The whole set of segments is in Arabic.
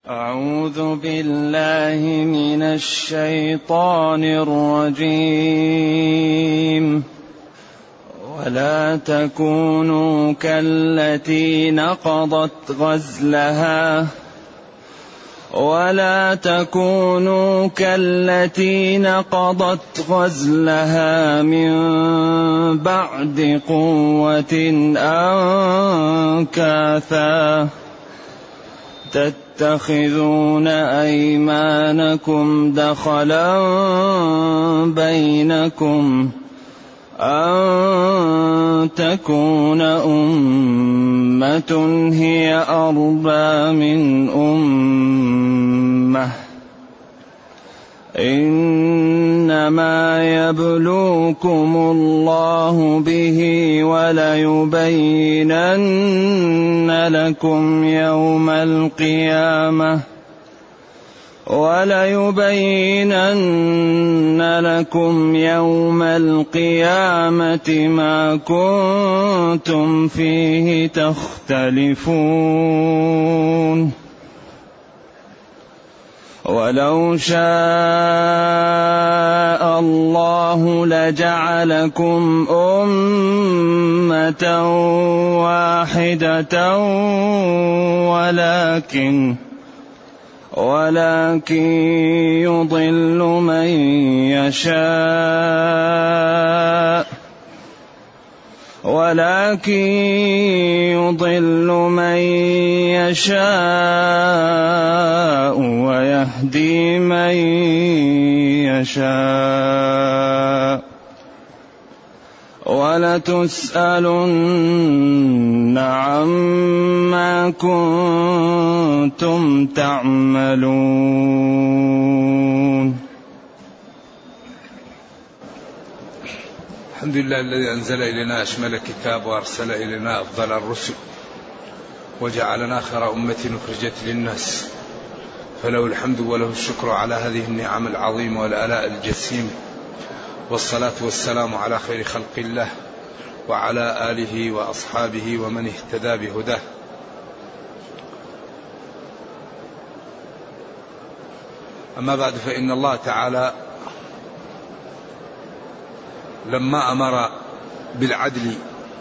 أعوذ بالله من الشيطان الرجيم. ولا تكونوا كالتي نقضت غزلها من بعد قوة أنكاثا تتخذون أيمانكم دخلا بينكم أن تكون أمة هي أربى من أمة إنما يبلوكم الله به وليبينن لكم يوم القيامة ما كنتم فيه تختلفون. ولو شاء الله لجعلكم أمة واحدة ولكن يضل من يشاء ويهدي من يشاء ولتسألن عما كنتم تعملون. الحمد لله الذي أنزل إلينا أشمل الكتاب وأرسل إلينا أفضل الرسل وجعلنا خير أمة أخرجت للناس، فله الحمد وله الشكر على هذه النعم العظيمة والآلاء الجسيمة، والصلاة والسلام على خير خلق الله وعلى آله وأصحابه ومن اهتدى بهداه. أما بعد، فإن الله تعالى لما أمر بالعدل،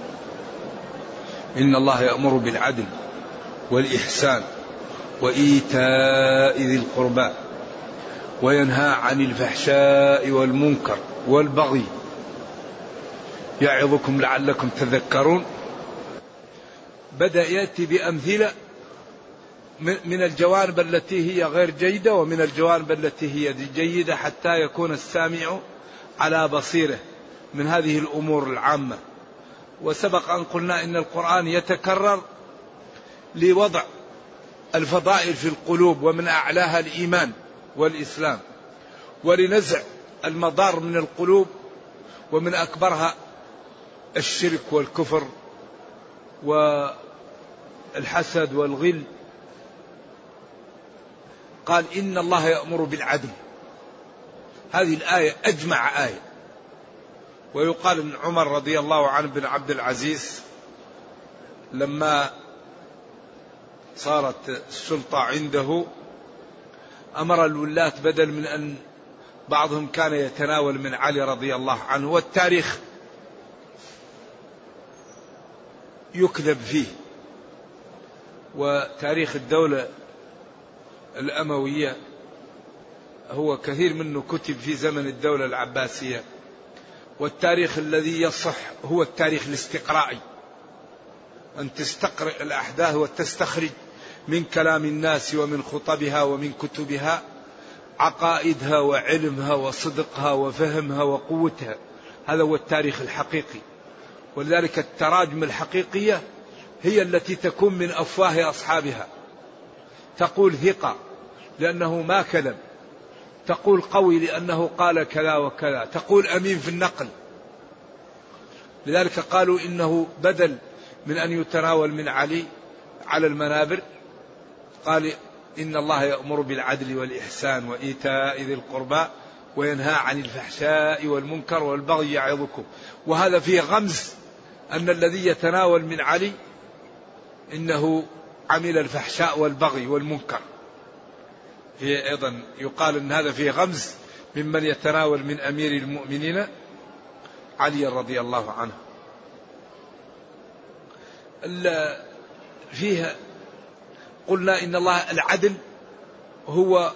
إن الله يأمر بالعدل والإحسان وإيتاء ذي القربى وينهى عن الفحشاء والمنكر والبغي يعظكم لعلكم تذكرون. بدأ يأتي بأمثلة من الجوانب التي هي غير جيدة ومن الجوانب التي هي جيدة، حتى يكون السامع على بصيرة من هذه الأمور العامة. وسبق أن قلنا إن القرآن يتكرر لوضع الفضائل في القلوب، ومن أعلاها الإيمان والإسلام، ولنزع المضار من القلوب، ومن أكبرها الشرك والكفر والحسد والغل. قال إن الله يأمر بالعدل، هذه الآية أجمع آية. ويقال أن عمر رضي الله عنه بن عبد العزيز لما صارت السلطة عنده أمر الولاة، بدل من أن بعضهم كان يتناول من علي رضي الله عنه، والتاريخ يكذب فيه، وتاريخ الدولة الأموية هو كثير منه كتب في زمن الدولة العباسية، والتاريخ الذي يصح هو التاريخ الاستقرائي، أن تستقرئ الأحداث وتستخرج من كلام الناس ومن خطبها ومن كتبها عقائدها وعلمها وصدقها وفهمها وقوتها. هذا هو التاريخ الحقيقي. ولذلك التراجم الحقيقية هي التي تكون من أفواه أصحابها. تقول ثقة لأنه ما كذب، تقول قوي لأنه قال كذا وكذا، تقول أمين في النقل. لذلك قالوا إنه بدل من أن يتناول من علي على المنابر، قال إن الله يأمر بالعدل والإحسان وإيتاء ذي القربى وينهى عن الفحشاء والمنكر والبغي يعظكم. وهذا فيه غمز أن الذي يتناول من علي إنه عمل الفحشاء والبغي والمنكر، هي أيضا يقال أن هذا فيه غمز ممن يتناول من أمير المؤمنين علي رضي الله عنه. فيها قلنا إن الله العدل هو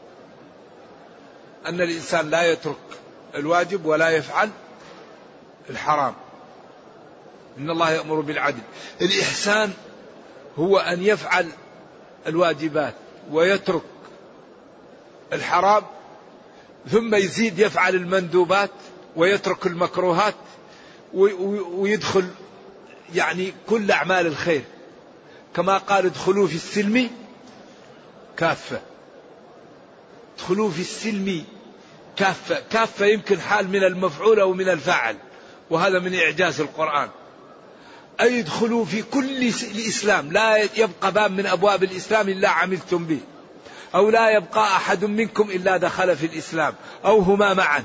أن الإنسان لا يترك الواجب ولا يفعل الحرام. إن الله يأمر بالعدل. الإحسان هو أن يفعل الواجبات ويترك الحرام، ثم يزيد يفعل المندوبات ويترك المكروهات، ويدخل يعني كل أعمال الخير، كما قال ادخلوا في السلم كافة. ادخلوا في السلم كافة. كافة يمكن حال من المفعول أو من الفاعل، وهذا من إعجاز القرآن. أي ادخلوا في كل الإسلام، لا يبقى باب من أبواب الإسلام إلا عملتم به، أو لا يبقى أحد منكم إلا دخل في الإسلام، أو هما معا.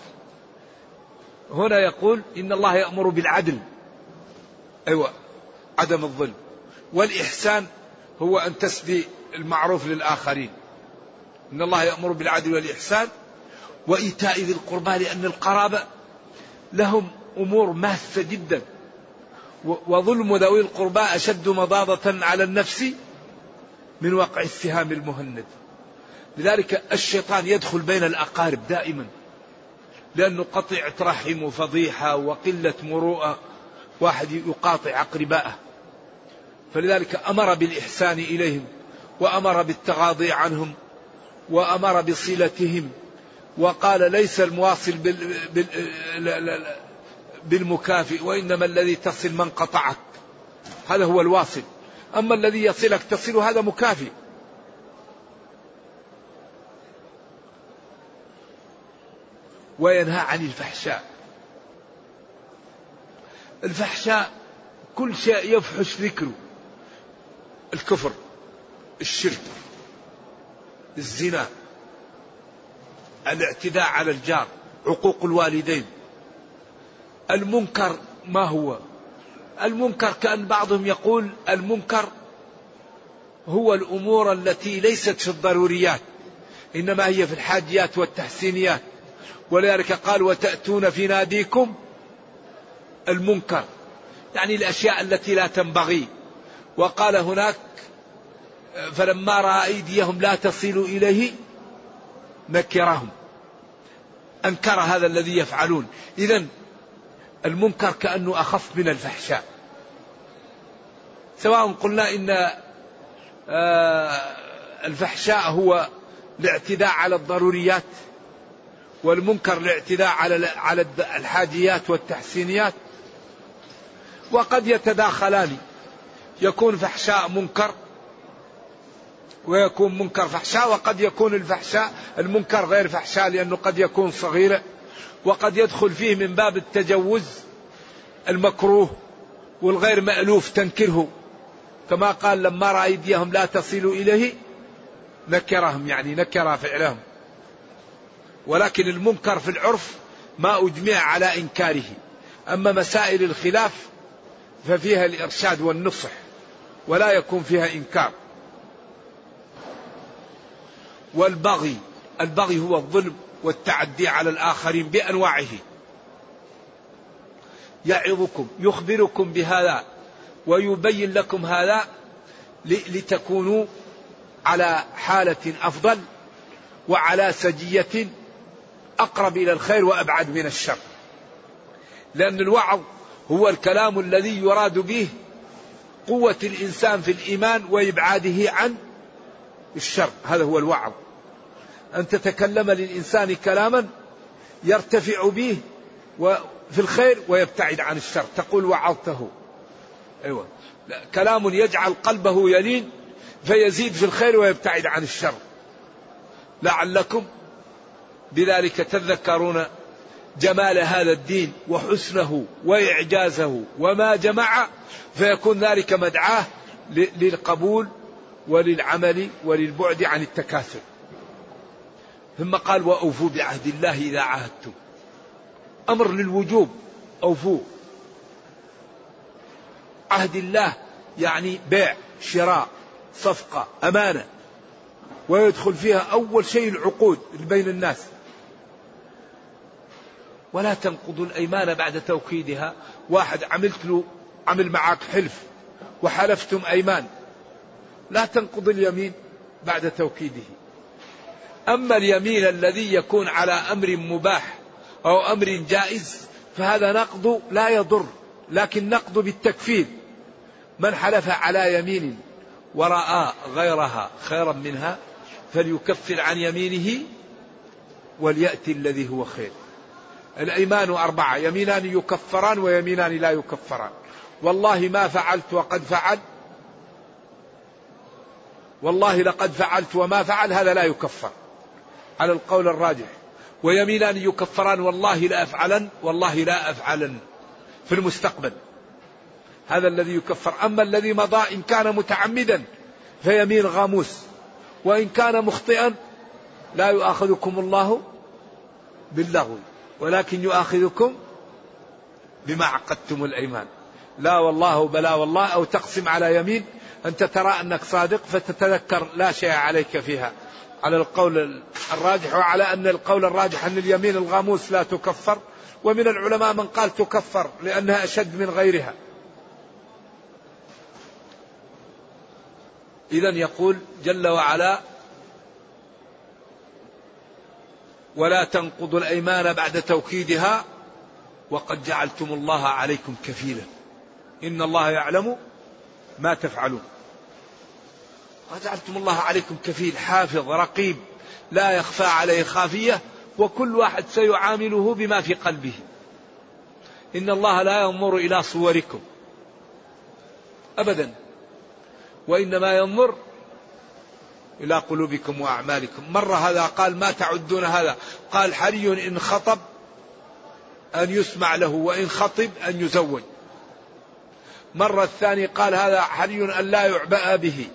هنا يقول إن الله يأمر بالعدل، أيوة، عدم الظلم. والإحسان هو أن تسدي المعروف للآخرين. إن الله يأمر بالعدل والإحسان وإيتاء ذي القربى، لأن القرابة لهم أمور ماسة جدا، وظلم ذوي القربى أشد مضاضة على النفس من وقع السهام المهند. لذلك الشيطان يدخل بين الأقارب دائما، لأنه قطيعة رحم وفضيحة وقلة مروءة، واحد يقاطع أقرباءه. فلذلك أمر بالإحسان إليهم، وأمر بالتغاضي عنهم، وأمر بصلتهم، وقال ليس المواصل بالمكافئ، وإنما الذي تصل من قطعك، هذا هو الواصل. أما الذي يصلك تصل هذا مكافئ. وينهى عن الفحشاء. الفحشاء كل شيء يفحش ذكره: الكفر، الشرك، الزنا، الاعتداء على الجار، عقوق الوالدين. المنكر ما هو؟ المنكر كأن بعضهم يقول المنكر هو الأمور التي ليست في الضروريات، إنما هي في الحاجيات والتحسينيات. ولذلك قال وتأتون في ناديكم المنكر، يعني الأشياء التي لا تنبغي. وقال هناك فلما رأى أيديهم لا تصل إليه نكرهم، أنكر هذا الذي يفعلون. إذن المنكر كأنه أخف من الفحشاء. سواء قلنا إن الفحشاء هو الاعتداء على الضروريات، والمنكر الاعتداء على الحاجيات والتحسينيات، وقد يتداخلان، يكون فحشاء منكر ويكون منكر فحشاء، وقد يكون الفحشاء المنكر غير فحشاء لأنه قد يكون صغيرة، وقد يدخل فيه من باب التجوز المكروه والغير مألوف تنكره، كما قال لما رأى أيديهم لا تصل إليه نكرهم، يعني نكر فعلهم. ولكن المنكر في العرف ما أجمع على إنكاره. أما مسائل الخلاف ففيها الإرشاد والنصح ولا يكون فيها إنكار. والبغي، البغي هو الظلم والتعدي على الآخرين بأنواعه. يعظكم، يخبركم بهذا ويبين لكم هذا لتكونوا على حالة أفضل وعلى سجية أقرب إلى الخير وأبعد من الشر. لأن الوعظ هو الكلام الذي يراد به قوة الإنسان في الإيمان وإبعاده عن الشر، هذا هو الوعظ. أن تتكلم للإنسان كلاما يرتفع به في الخير ويبتعد عن الشر، تقول وعظته. أيوة. كلام يجعل قلبه يلين فيزيد في الخير ويبتعد عن الشر، لعلكم بذلك تذكرون جمال هذا الدين وحسنه وإعجازه وما جمع، فيكون ذلك مدعاه للقبول وللعمل وللبعد عن التكاثر. ثم قال وأوفوا بعهد الله إذا عاهدتم، أمر للوجوب، أوفوا عهد الله، يعني بيع، شراء، صفقة، أمانة. ويدخل فيها أول شيء العقود بين الناس. ولا تنقضوا الأيمان بعد توكيدها. واحد عمل معك حلف وحلفتم أيمان، لا تنقض اليمين بعد توكيده. أما اليمين الذي يكون على أمر مباح أو أمر جائز فهذا نقض لا يضر، لكن نقض بالتكفير. من حلف على يمين ورأى غيرها خيرا منها فليكفر عن يمينه وليأتي الذي هو خير. الأيمان 4: يمينان يكفران ويمينان لا يكفران. والله ما فعلت وقد فعل، والله لقد فعلت وما فعل، هذا لا يكفر على القول الراجح. ويمينان يكفران: والله لا أفعلن والله لا أفعلن في المستقبل، هذا الذي يكفر. أما الذي مضى إن كان متعمدا فيمين غاموس، وإن كان مخطئا لا يؤاخذكم الله باللغو ولكن يؤاخذكم بما عقدتم الأيمان. لا والله بلا والله، أو تقسم على يمين أنت ترى أنك صادق فتتذكر لا شيء عليك فيها، على القول الراجح. وعلى أن القول الراجح أن اليمين الغاموس لا تكفر، ومن العلماء من قال تكفر لأنها أشد من غيرها. إذن يقول جل وعلا: ولا تنقضوا الأيمان بعد توكيدها وقد جعلتم الله عليكم كفيلا إن الله يعلم ما تفعلون. وجعلتم الله عليكم كفيل، حافظ رقيب لا يخفى عليه خافية، وكل واحد سيعامله بما في قلبه. إن الله لا ينظر إلى صوركم أبدا، وإنما ينظر إلى قلوبكم وأعمالكم. مرة هذا قال: ما تعدون هذا؟ قال: حري إن خطب أن يسمع له، وإن خطب أن يزوج. مرة الثاني قال: هذا حري أن لا يعبأ به،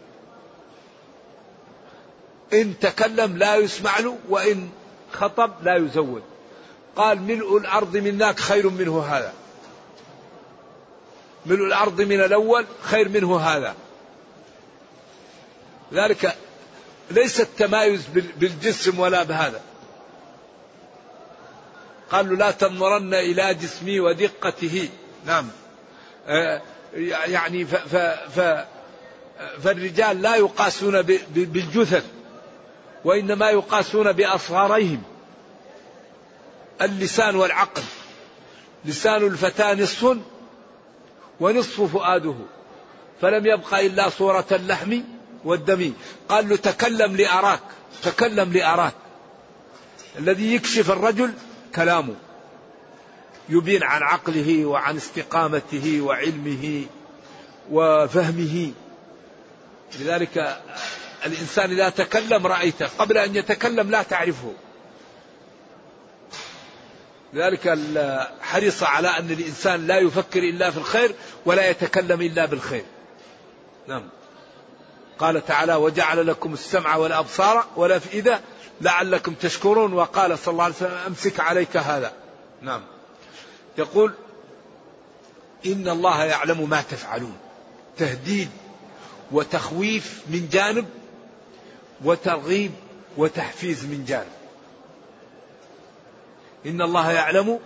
إن تكلم لا يسمع له، وإن خطب لا يزوج. قال: ملء الأرض من ذاك خير منه هذا، ملء الأرض من الأول خير منه هذا. ذلك ليس التمايز بالجسم ولا بهذا. قالوا: لا تنظرن إلى جسمي ودقته. نعم، يعني فالرجال لا يقاسون بالجثث، وإنما يقاسون بأصغارهم. اللسان والعقل. لسان الفتى نصف ونصف فؤاده، فلم يبق إلا صورة اللحم والدم. قال له: تكلم لأراك، تكلم لأراك. الذي يكشف الرجل كلامه، يبين عن عقله وعن استقامته وعلمه وفهمه. لذلك الإنسان إذا تكلم رأيته، قبل أن يتكلم لا تعرفه. لذلك حرص على أن الإنسان لا يفكر إلا في الخير ولا يتكلم إلا بالخير. نعم. قال تعالى: وجعل لكم السمع والأبصار والأفئدة لعلكم تشكرون. وقال صلى الله عليه وسلم: أمسك عليك هذا. نعم. يقول: إن الله يعلم ما تفعلون. تهديد وتخويف من جانب، وترغيب وتحفيز من جانب. إن الله يعلم،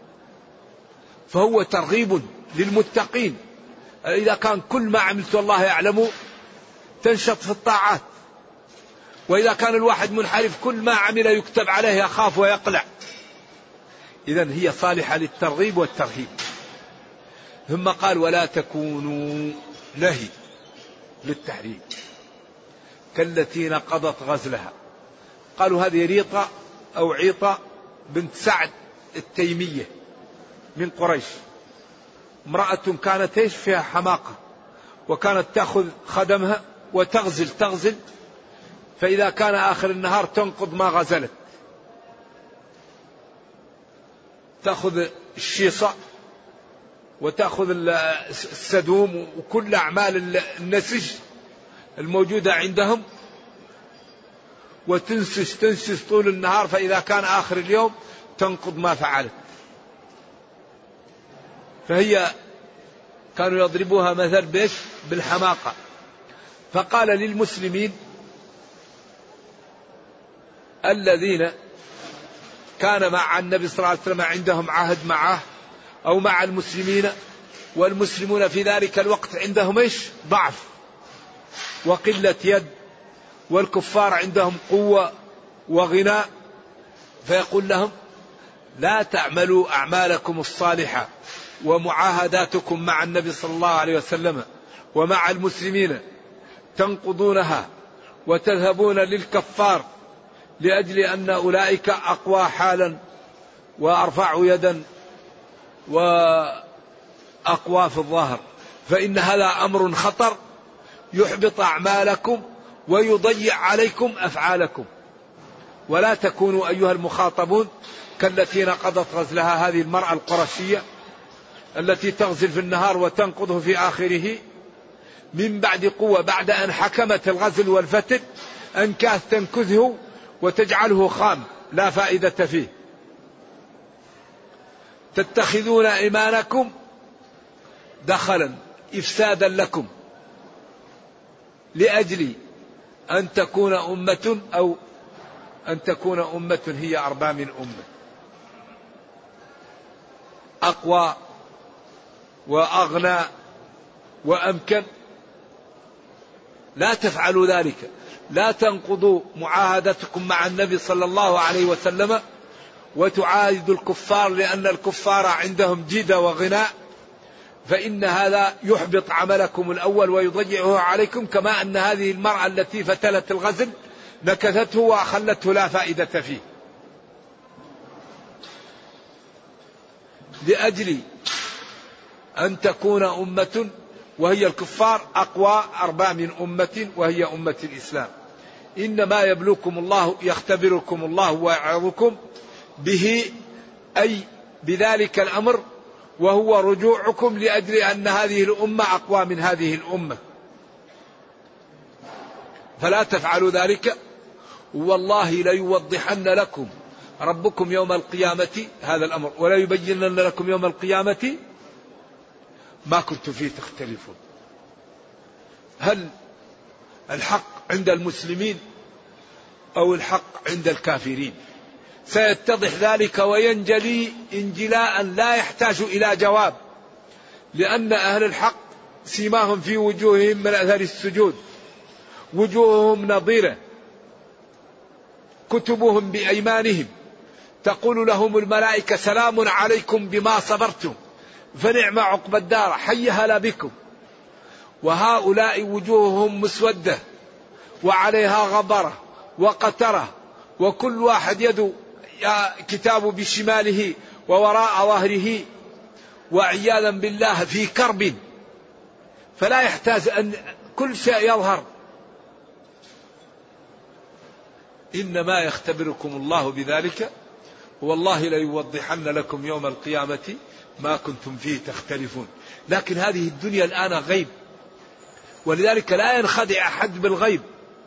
فهو ترغيب للمتقين. إذا كان كل ما عملت الله يعلم تنشط في الطاعات، وإذا كان الواحد منحرف كل ما عمل يكتب عليه يخاف ويقلع. إذن هي صالحة للترغيب والترهيب. ثم قال: ولا تكونوا نهي للتحريم كالتي نقضت غزلها. قالوا هذه ريطة أو عيطة بنت سعد التيمية من قريش، امرأة كانت فيها حماقة، وكانت تأخذ خدمها وتغزل، فإذا كان آخر النهار تنقض ما غزلت، تأخذ الشيصة وتأخذ السدوم وكل أعمال النسج الموجودة عندهم، وتنسج طول النهار، فإذا كان آخر اليوم تنقض ما فعلت. فهي كانوا يضربوها مثل بالحماقة. فقال للمسلمين: الذين كان مع النبي صلى الله عليه وسلم عندهم عهد معه أو مع المسلمين، والمسلمون في ذلك الوقت عندهم إيش؟ ضعف وقلة يد، والكفار عندهم قوة وغنى، فيقول لهم لا تعملوا أعمالكم الصالحة ومعاهداتكم مع النبي صلى الله عليه وسلم ومع المسلمين تنقضونها وتذهبون للكفار لأجل أن أولئك أقوى حالا وأرفع يدا وأقوى في الظاهر، فإن هذا أمر خطر يحبط أعمالكم ويضيع عليكم أفعالكم. ولا تكونوا أيها المخاطبون كالتي نقضت غزلها هذه المرأة القرشية التي تغزل في النهار وتنقضه في آخره من بعد قوة، بعد أن حكمت الغزل والفتل أنكاث تنكثه وتجعله خام لا فائدة فيه. تتخذون إيمانكم دخلا إفسادا لكم لأجل أن تكون أمة أو أن تكون أمة هي أربى من أمة، أقوى وأغنى وأمكن. لا تفعلوا ذلك، لا تنقضوا معاهدتكم مع النبي صلى الله عليه وسلم وتعاهدوا الكفار، لأن الكفار عندهم جدة وغناء، فإن هذا يحبط عملكم الأول ويضيعه عليكم، كما أن هذه المرأة التي فتلت الغزل نكثته وأخلته لا فائدة فيه. لأجل أن تكون أمة وهي الكفار أقوى أربى من أمة وهي أمة الإسلام. إنما يبلوكم الله يختبركم الله ويعظكم به، أي بذلك الأمر، وهو رجوعكم لأجل أن هذه الأمة أقوى من هذه الأمة، فلا تفعلوا ذلك. والله ليوضحن لكم ربكم يوم القيامة هذا الأمر، ولا يبينن لكم يوم القيامة ما كنتم فيه تختلفون. هل الحق عند المسلمين أو الحق عند الكافرين؟ سيتضح ذلك وينجلي انجلاء لا يحتاج إلى جواب، لأن أهل الحق سيماهم في وجوههم من أثر السجود، وجوههم نضيرة، كتبهم بأيمانهم، تقول لهم الملائكة سلام عليكم بما صبرتم فنعم عقبى الدار حي هلا بكم. وهؤلاء وجوههم مسودة وعليها غبرة وقترة، وكل واحد يده كتاب بشماله ووراء ظهره، وعياذا بالله في كرب، فلا يحتاج أن كل شيء يظهر. إنما يختبركم الله بذلك، والله ليوضحن لكم يوم القيامة ما كنتم فيه تختلفون. لكن هذه الدنيا الآن غيب، ولذلك لا ينخدع أحد بالغيب.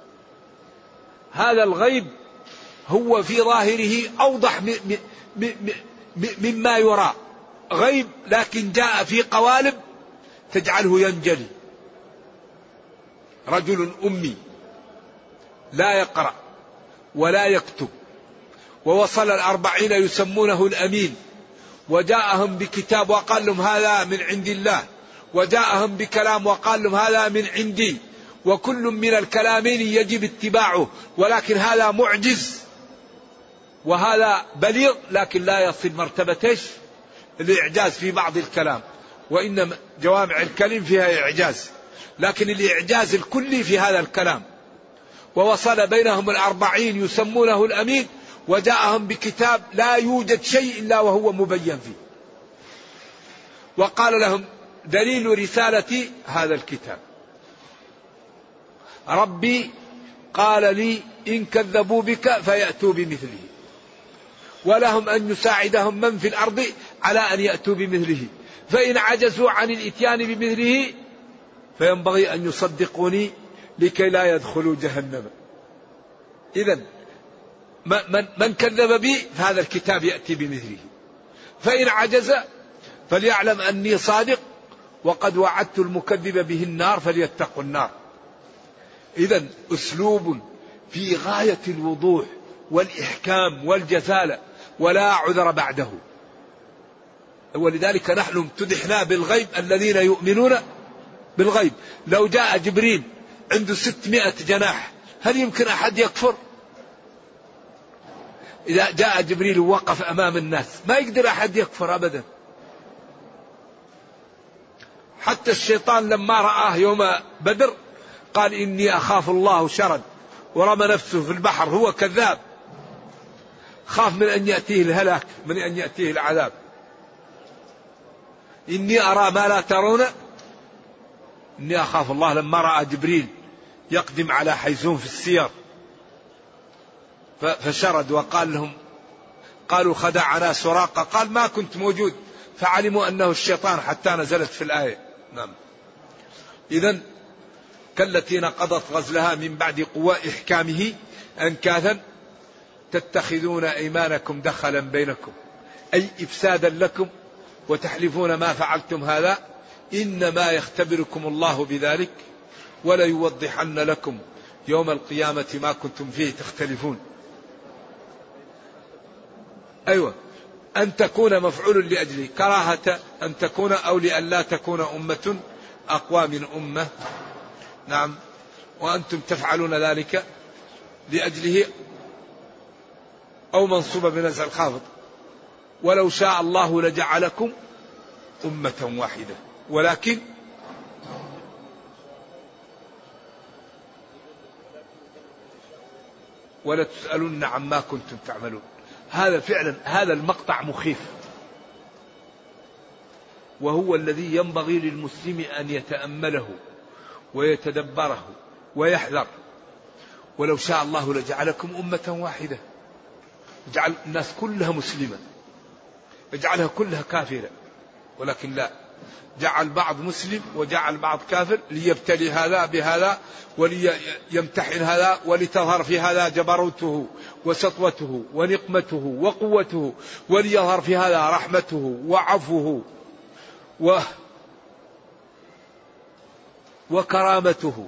هذا الغيب هو في ظاهره أوضح مما يرى، غيب لكن جاء في قوالب تجعله ينجلي. رجل أمي لا يقرأ ولا يكتب، ووصل 40 يسمونه الأمين، وجاءهم بكتاب وقال لهم هذا من عند الله، وجاءهم بكلام وقال لهم هذا من عندي، وكل من الكلامين يجب اتباعه، ولكن هذا معجز وهذا بليغ، لكن لا يصل مرتبة الإعجاز في بعض الكلام، وإن جوامع الكلم فيها إعجاز، لكن الإعجاز الكلي في هذا الكلام. ووصل بينهم 40 يسمونه الأمين، وجاءهم بكتاب لا يوجد شيء إلا وهو مبين فيه، وقال لهم دليل رسالتي هذا الكتاب، ربي قال لي إن كذبوا بك فيأتوا بمثله، ولهم أن يساعدهم من في الأرض على أن يأتوا بمثله، فإن عجزوا عن الإتيان بمثله فينبغي أن يصدقوني لكي لا يدخلوا جهنم. إذن من كذب بي فهذا الكتاب يأتي بمثله، فإن عجز فليعلم أني صادق وقد وعدت المكذب به النار فليتقوا النار. إذن أسلوب في غاية الوضوح والإحكام والجزالة ولا عذر بعده. ولذلك نحن امتدحنا بالغيب الذين يؤمنون بالغيب. لو جاء جبريل عنده 600 جناح هل يمكن أحد يكفر؟ إذا جاء جبريل ووقف أمام الناس ما يقدر أحد يكفر أبدا. حتى الشيطان لما رآه يوم بدر قال إني أخاف الله شرد، ورمى نفسه في البحر. هو كذاب، خاف من أن يأتيه الهلاك، من أن يأتيه العذاب. إني أرى ما لا ترون إني أخاف الله. لما رأى جبريل يقدم على حيزوم في السير فشرد وقال لهم، قالوا خدعنا سراقة، قال ما كنت موجود، فعلموا أنه الشيطان حتى نزلت في الآية. نعم. إذن كالتي نقضت غزلها من بعد قوة إحكامه أنكاثا تتخذون أيمانكم دخلا بينكم، أي إفسادا لكم، وتحلفون ما فعلتم هذا إنما يختبركم الله بذلك وليوضحن لكم يوم القيامة ما كنتم فيه تختلفون. أيوة، أن تكون مفعول لأجله، كراهة أن تكون أو لألا تكون أمة أقوى من أمة. نعم. وأنتم تفعلون ذلك لأجله، أو منصوبة بنزع الخافض. ولو شاء الله لجعلكم أمة واحدة ولكن ولتسألن عما كنتم تعملون. هذا فعلا هذا المقطع مخيف، وهو الذي ينبغي للمسلم أن يتأمله ويتدبره ويحذر. ولو شاء الله لجعلكم أمة واحدة، يجعل الناس كلها مسلمة، يجعلها كلها كافرة، ولكن لا، جعل بعض مسلم وجعل بعض كافر ليبتلي هذا بهذا وليمتحن هذا، ولتظهر في هذا جبروته وسطوته ونقمته وقوته، وليظهر في هذا رحمته وعفوه وكرامته،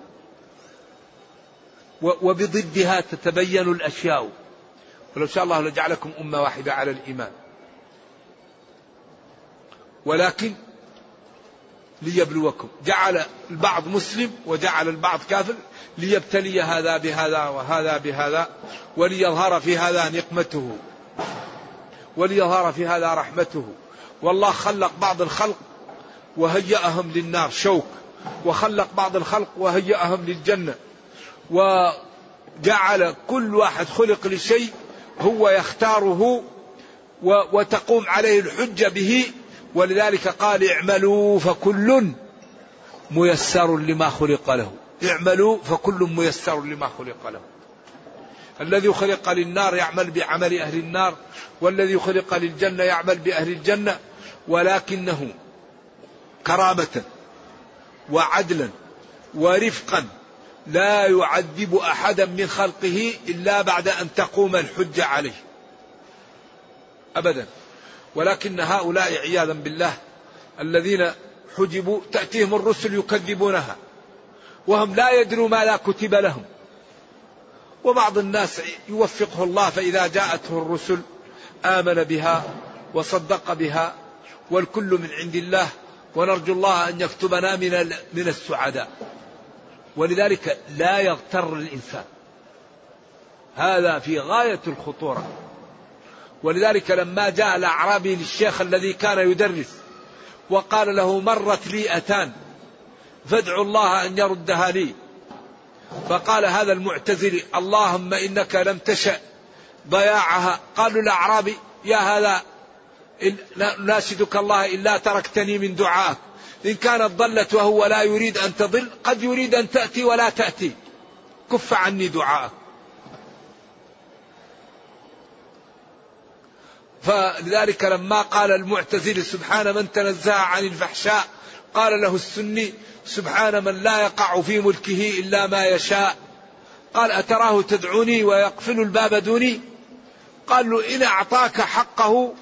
وبضدها تتبين الأشياء. ولو شاء الله لجعلكم أمة واحدة على الإيمان، ولكن ليبلوكم، جعل البعض مسلم وجعل البعض كافر ليبتلي هذا بهذا وهذا بهذا، وليظهر في هذا نقمته وليظهر في هذا رحمته. والله خلق بعض الخلق وهيأهم للنار شوك، وخلق بعض الخلق وهيأهم للجنة، وجعل كل واحد خلق لشيء هو يختاره وتقوم عليه الحجة به. ولذلك قال اعملوا فكل ميسر لما خلق له. اعملوا فكل ميسر لما خلق له. الذي خلق للنار يعمل بعمل أهل النار، والذي خلق للجنة يعمل بأهل الجنة، ولكنه كرامة وعدلا ورفقا لا يعذب أحدا من خلقه إلا بعد أن تقوم الحجة عليه أبدا. ولكن هؤلاء عياذا بالله الذين حجبوا تأتيهم الرسل يكذبونها وهم لا يدروا ما لا كتب لهم. وبعض الناس يوفقه الله فإذا جاءته الرسل آمن بها وصدق بها، والكل من عند الله، ونرجو الله أن يكتبنا من السعداء. ولذلك لا يغتر الإنسان، هذا في غاية الخطورة. ولذلك لما جاء الأعرابي للشيخ الذي كان يدرس وقال له مرت لي أتان فادعوا الله أن يردها لي، فقال هذا المعتزلي اللهم إنك لم تشأ ضياعها. قالوا الأعرابي يا هذا ناشدك الله إلا تركتني من دعائك، إن كانت ضلت وهو لا يريد أن تضل قد يريد أن تأتي ولا تأتي، كف عني دعائك. فلذلك لما قال المعتزلي سبحان من تنزه عن الفحشاء، قال له السني سبحان من لا يقع في ملكه إلا ما يشاء. قال أتراه تدعوني ويقفل الباب دوني؟ قال له إن أعطاك حقه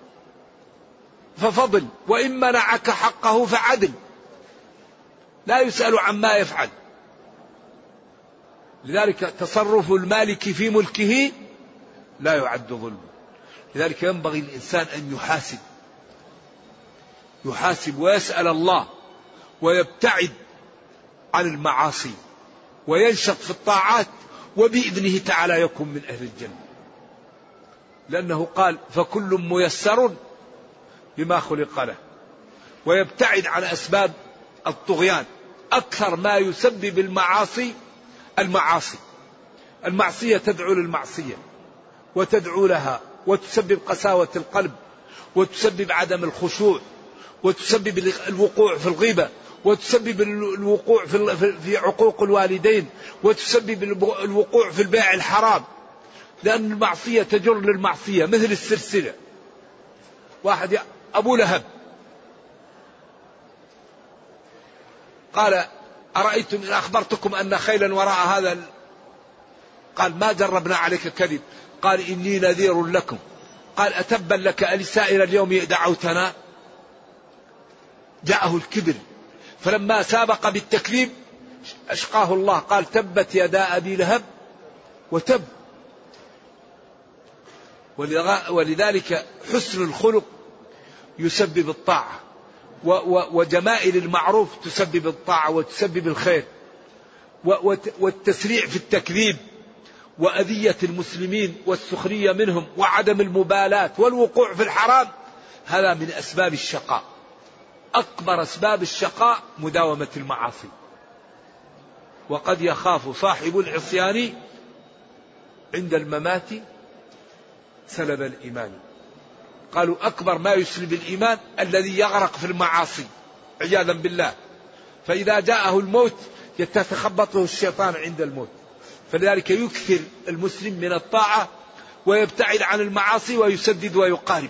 ففضل، وإن منعك حقه فعدل، لا يسأل عما يفعل. لذلك تصرف المالك في ملكه لا يعد ظلما. لذلك ينبغي الإنسان أن يحاسب ويسأل الله ويبتعد عن المعاصي وينشط في الطاعات، وبإذنه تعالى يكون من أهل الجنة، لأنه قال فكل ميسر بما خلق له. ويبتعد عن أسباب الطغيان. أكثر ما يسبب المعصية تدعو للمعصية وتدعو لها، وتسبب قساوة القلب، وتسبب عدم الخشوع، وتسبب الوقوع في الغيبة، وتسبب الوقوع في عقوق الوالدين، وتسبب الوقوع في البيع الحرام، لأن المعصية تجر للمعصية مثل السلسلة. واحد أبو لهب قال أرأيتم إن أخبرتكم أن خيلا وراء هذا، قال ما جربنا عليك كذب، قال إني نذير لكم، قال أتبا لك ألسائر اليوم دعوتنا. جاءه الكبر، فلما سابق بالتكذيب أشقاه الله، قال تبت يدا أبي لهب وتب. ولذلك حسن الخلق يسبب الطاعة، وجمائل المعروف تسبب الطاعة وتسبب الخير، والتسريع في التكذيب وأذية المسلمين والسخرية منهم وعدم المبالاة والوقوع في الحرام، هذا من أسباب الشقاء. أكبر أسباب الشقاء مداومة المعاصي. وقد يخاف صاحب العصيان عند الممات سلب الإيمان. قالوا أكبر ما يسلب الإيمان الذي يغرق في المعاصي عياذا بالله، فإذا جاءه الموت يتخبطه الشيطان عند الموت. فلذلك يكثر المسلم من الطاعة ويبتعد عن المعاصي ويسدد ويقارب.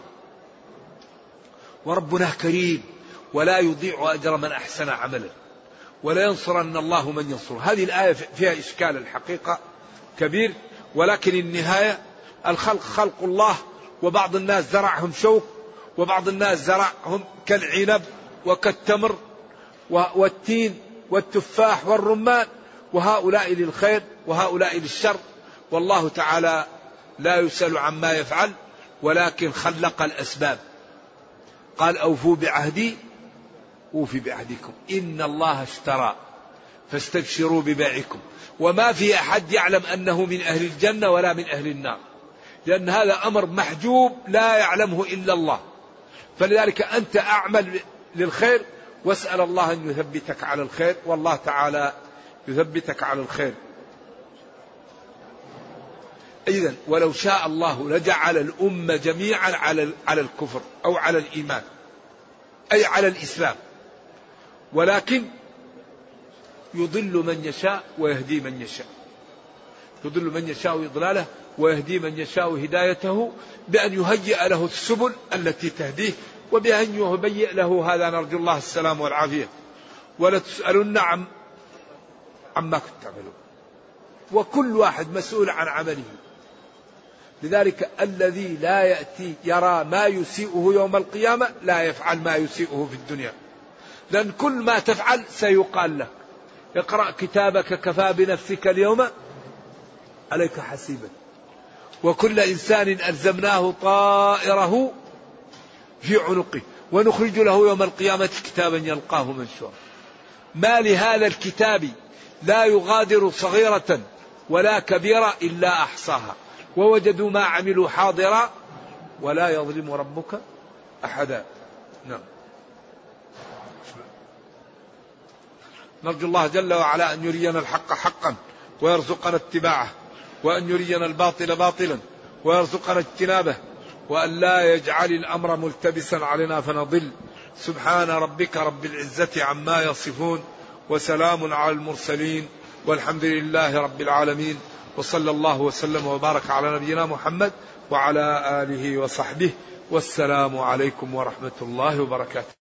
وربنا كريم ولا يضيع أجر من أحسن عملا ولا ينصرن الله من ينصره. هذه الآية فيها إشكال الحقيقة كبير، ولكن النهاية الخلق خلق الله، وبعض الناس زرعهم شوك، وبعض الناس زرعهم كالعنب وكالتمر والتين والتفاح والرمان، وهؤلاء للخير وهؤلاء للشر، والله تعالى لا يسأل عما يفعل، ولكن خلق الأسباب. قال أوفوا بعهدي أوفي بعهدكم إن الله اشترى فاستبشروا ببيعكم. وما في أحد يعلم أنه من أهل الجنة ولا من أهل النار، لأن هذا أمر محجوب لا يعلمه إلا الله. فلذلك أنت أعمل للخير واسأل الله أن يثبتك على الخير، والله تعالى يثبتك على الخير. إذن ولو شاء الله لجعل الأمة جميعا على الكفر أو على الإيمان، أي على الإسلام، ولكن يضل من يشاء ويهدي من يشاء. يضل من يشاء إضلاله ويهدي من يشاء هدايته، بأن يهيئ له السبل التي تهديه، وبأن يهيئ له هذا. نرجو الله السلام والعافية. ولا تسألن عما كنت تعملون، وكل واحد مسؤول عن عمله. لذلك الذي لا يأتي يرى ما يسيئه يوم القيامة لا يفعل ما يسيئه في الدنيا، لأن كل ما تفعل سيقال لك اقرأ كتابك كفى بنفسك اليوم عليك حسيبا. وكل إنسان ألزمناه طائره في عنقه ونخرج له يوم القيامة كتابا يلقاه منشورا. ما لهذا الكتاب لا يغادر صغيرة ولا كبيرة إلا أحصاها ووجدوا ما عملوا حاضرا ولا يظلم ربك أحدا. نعم. نرجو الله جل وعلا أن يرينا الحق حقا ويرزقنا اتباعه، وأن يرينا الباطل باطلا ويرزقنا اجتنابه، وأن لا يجعل الأمر ملتبسا علينا فنضل. سبحان ربك رب العزة عما يصفون، وسلام على المرسلين، والحمد لله رب العالمين، وصلى الله وسلم وبارك على نبينا محمد وعلى آله وصحبه، والسلام عليكم ورحمة الله وبركاته.